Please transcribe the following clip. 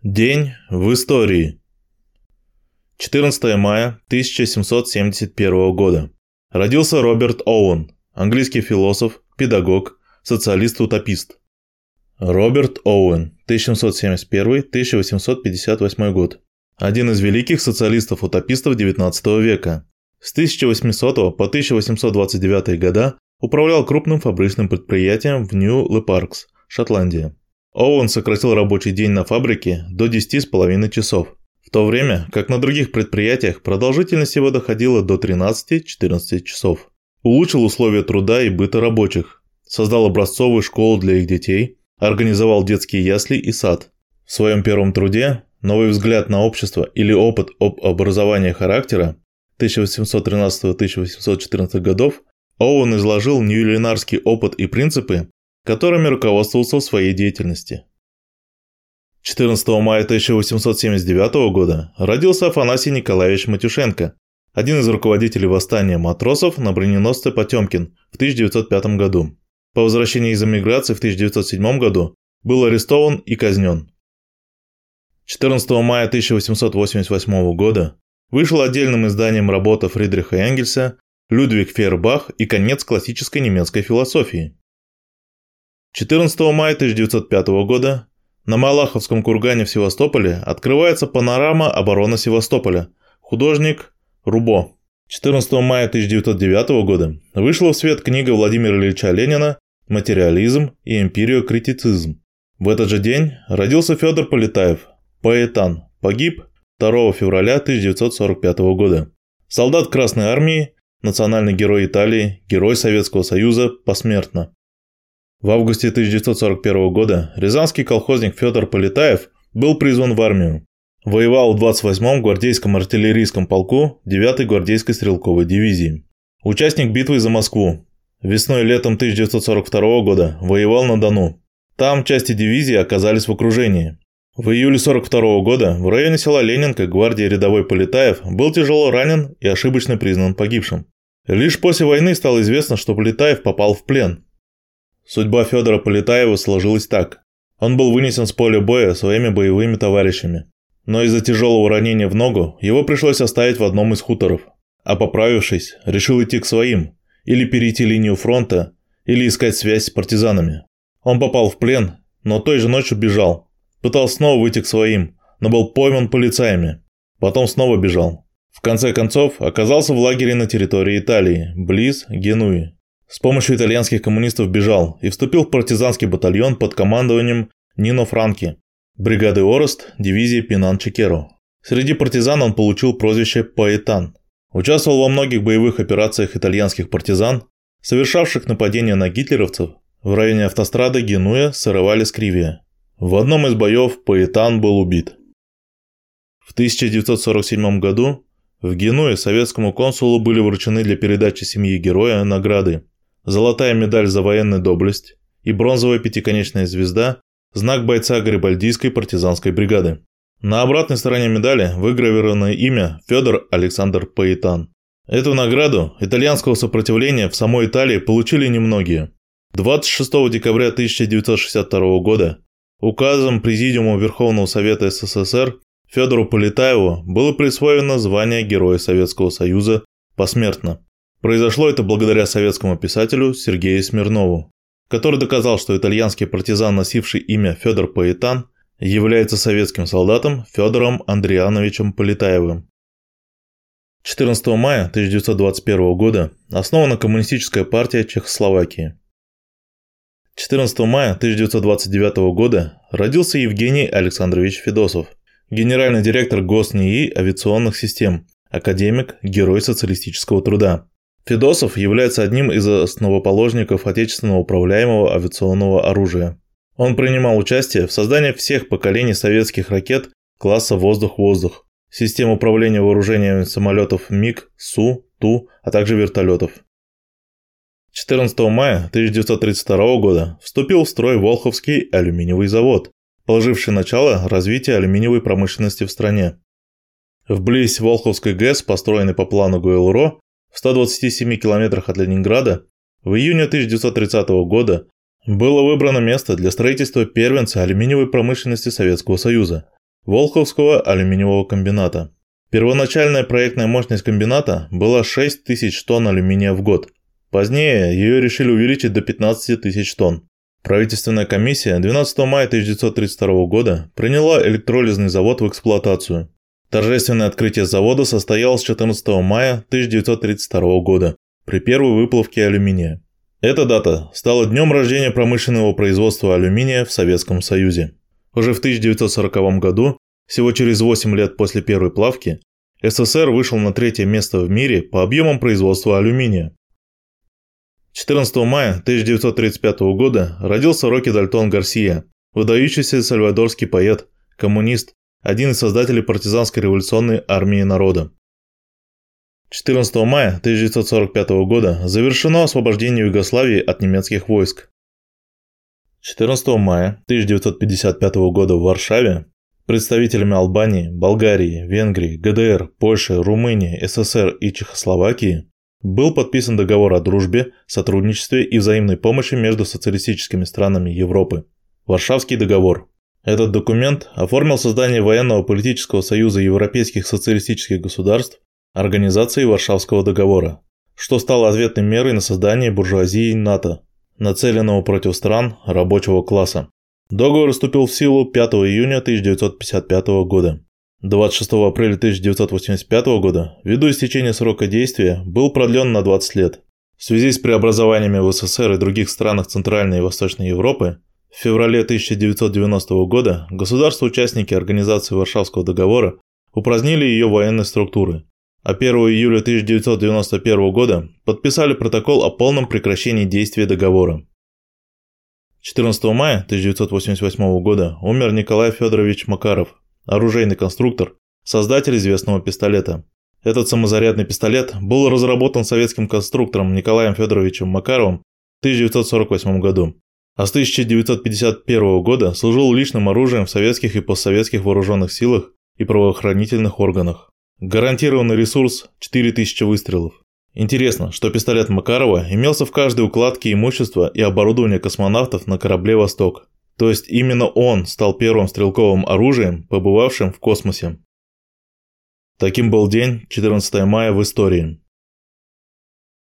День в истории. 14 мая 1771 года. Родился Роберт Оуэн, английский философ, педагог, социалист-утопист. Роберт Оуэн, 1771-1858 год. Один из великих социалистов-утопистов XIX века. С 1800 по 1829 года управлял крупным фабричным предприятием в Нью-Лепаркс, Шотландия. Оуэн сократил рабочий день на фабрике до 10,5 часов, в то время как на других предприятиях продолжительность его доходила до 13-14 часов. Улучшил условия труда и быта рабочих, создал образцовую школу для их детей, организовал детские ясли и сад. В своем первом труде «Новый взгляд на общество или опыт об образовании характера» 1813-1814 годов Оуэн изложил ньюленарский опыт и принципы, которыми руководствовался в своей деятельности. 14 мая 1879 года родился Афанасий Николаевич Матюшенко, один из руководителей восстания матросов на броненосце «Потемкин» в 1905 году. По возвращении из эмиграции в 1907 году был арестован и казнен. 14 мая 1888 года вышел отдельным изданием работа Фридриха Энгельса «Людвиг Фейербах и конец классической немецкой философии». 14 мая 1905 года на Малаховском кургане в Севастополе открывается панорама обороны Севастополя. Художник Рубо. 14 мая 1909 года вышла в свет книга Владимира Ильича Ленина «Материализм и эмпириокритицизм». В этот же день родился Федор Полетаев, поэтан, погиб 2 февраля 1945 года. Солдат Красной Армии, национальный герой Италии, герой Советского Союза посмертно. В августе 1941 года рязанский колхозник Федор Полетаев был призван в армию. Воевал в 28-м гвардейском артиллерийском полку 9-й гвардейской стрелковой дивизии. Участник битвы за Москву. Весной и летом 1942 года воевал на Дону. Там части дивизии оказались в окружении. В июле 1942 года в районе села Ленинка гвардии рядовой Полетаев был тяжело ранен и ошибочно признан погибшим. Лишь после войны стало известно, что Полетаев попал в плен. Судьба Федора Полетаева сложилась так. Он был вынесен с поля боя своими боевыми товарищами. Но из-за тяжелого ранения в ногу его пришлось оставить в одном из хуторов. А поправившись, решил идти к своим, или перейти линию фронта, или искать связь с партизанами. Он попал в плен, но той же ночью бежал. Пытался снова выйти к своим, но был пойман полицаями. Потом снова бежал. В конце концов, оказался в лагере на территории Италии, близ Генуи. С помощью итальянских коммунистов бежал и вступил в партизанский батальон под командованием Нино Франки, бригады Орест, дивизии Пинан-Чекеро. Среди партизан он получил прозвище «поэтан». Участвовал во многих боевых операциях итальянских партизан, совершавших нападения на гитлеровцев в районе автострады Генуя-Саравали-Скривия. В одном из боев поэтан был убит. В 1947 году в Генуе советскому консулу были вручены для передачи семье героя награды: золотая медаль за военную доблесть и бронзовая пятиконечная звезда, знак бойца Гарибальдийской партизанской бригады. На обратной стороне медали выгравировано имя Федор Александр Поэтан. Эту награду итальянского сопротивления в самой Италии получили немногие. 26 декабря 1962 года указом Президиума Верховного Совета СССР Федору Полетаеву было присвоено звание Героя Советского Союза посмертно. Произошло это благодаря советскому писателю Сергею Смирнову, который доказал, что итальянский партизан, носивший имя Федор Поэтан, является советским солдатом Федором Андриановичем Полетаевым. 14 мая 1921 года основана Коммунистическая партия Чехословакии. 14 мая 1929 года родился Евгений Александрович Федосов, генеральный директор ГосНИИ авиационных систем, академик, герой социалистического труда. Федосов является одним из основоположников отечественного управляемого авиационного оружия. Он принимал участие в создании всех поколений советских ракет класса «Воздух-воздух», систем управления вооружениями самолетов МиГ, Су, Ту, а также вертолетов. 14 мая 1932 года вступил в строй Волховский алюминиевый завод, положивший начало развитию алюминиевой промышленности в стране. Вблизь Волховской ГЭС, построенной по плану ГЛРО, в 127 километрах от Ленинграда, в июне 1930 года было выбрано место для строительства первенца алюминиевой промышленности Советского Союза. Волховского алюминиевого комбината. Первоначальная проектная мощность комбината была 6000 тонн алюминия в год. Позднее ее решили увеличить до 15 тысяч тонн. Правительственная комиссия 12 мая 1932 года приняла электролизный завод в эксплуатацию. Торжественное открытие завода состоялось 14 мая 1932 года при первой выплавке алюминия. Эта дата стала днем рождения промышленного производства алюминия в Советском Союзе. Уже в 1940 году, всего через 8 лет после первой плавки, СССР вышел на 3-е место в мире по объемам производства алюминия. 14 мая 1935 года родился Рокки Дальтон Гарсия, выдающийся сальвадорский поэт, коммунист, один из создателей партизанской революционной армии народа. 14 мая 1945 года завершено освобождение Югославии от немецких войск. 14 мая 1955 года в Варшаве представителями Албании, Болгарии, Венгрии, ГДР, Польши, Румынии, СССР и Чехословакии был подписан договор о дружбе, сотрудничестве и взаимной помощи между социалистическими странами Европы. Варшавский договор. Этот документ оформил создание военного политического союза европейских социалистических государств, организации Варшавского договора, что стало ответной мерой на создание буржуазии НАТО, нацеленного против стран рабочего класса. Договор вступил в силу 5 июня 1955 года. 26 апреля 1985 года, ввиду истечения срока действия, был продлен на 20 лет. В связи с преобразованиями в СССР и других странах Центральной и Восточной Европы, в феврале 1990 года государства-участники Организации Варшавского договора упразднили ее военные структуры, а 1 июля 1991 года подписали протокол о полном прекращении действия договора. 14 мая 1988 года умер Николай Федорович Макаров, оружейный конструктор, создатель известного пистолета. Этот самозарядный пистолет был разработан советским конструктором Николаем Федоровичем Макаровым в 1948 году, а с 1951 года служил личным оружием в советских и постсоветских вооруженных силах и правоохранительных органах. Гарантированный ресурс – 4000 выстрелов. Интересно, что пистолет Макарова имелся в каждой укладке имущества и оборудования космонавтов на корабле «Восток». То есть именно он стал первым стрелковым оружием, побывавшим в космосе. Таким был день 14 мая в истории.